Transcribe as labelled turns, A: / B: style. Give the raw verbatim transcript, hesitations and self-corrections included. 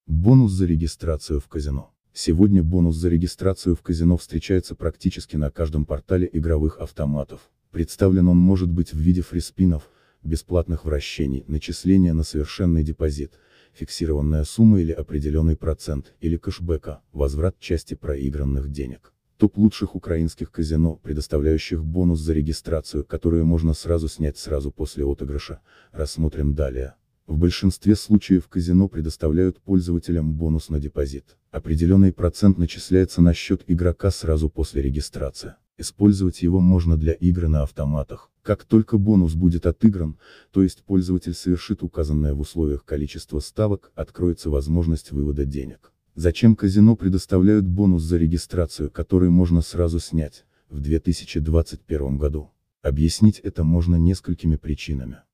A: Бонус за регистрацию в казино. Сегодня бонус за регистрацию в казино встречается практически на каждом портале игровых автоматов. Представлен он может быть в виде фриспинов, бесплатных вращений, начисления на совершенный депозит, фиксированная сумма или определенный процент, или кэшбэка, возврат части проигранных денег. Топ лучших украинских казино, предоставляющих бонус за регистрацию, которые можно сразу снять сразу после отыгрыша, рассмотрим далее. В большинстве случаев казино предоставляют пользователям бонус на депозит. Определенный процент начисляется на счет игрока сразу после регистрации. Использовать его можно для игры на автоматах. Как только бонус будет отыгран, то есть пользователь совершит указанное в условиях количество ставок, откроется возможность вывода денег. Зачем казино предоставляют бонус за регистрацию, который можно сразу снять, в две тысячи двадцать первом году? Объяснить это можно несколькими причинами.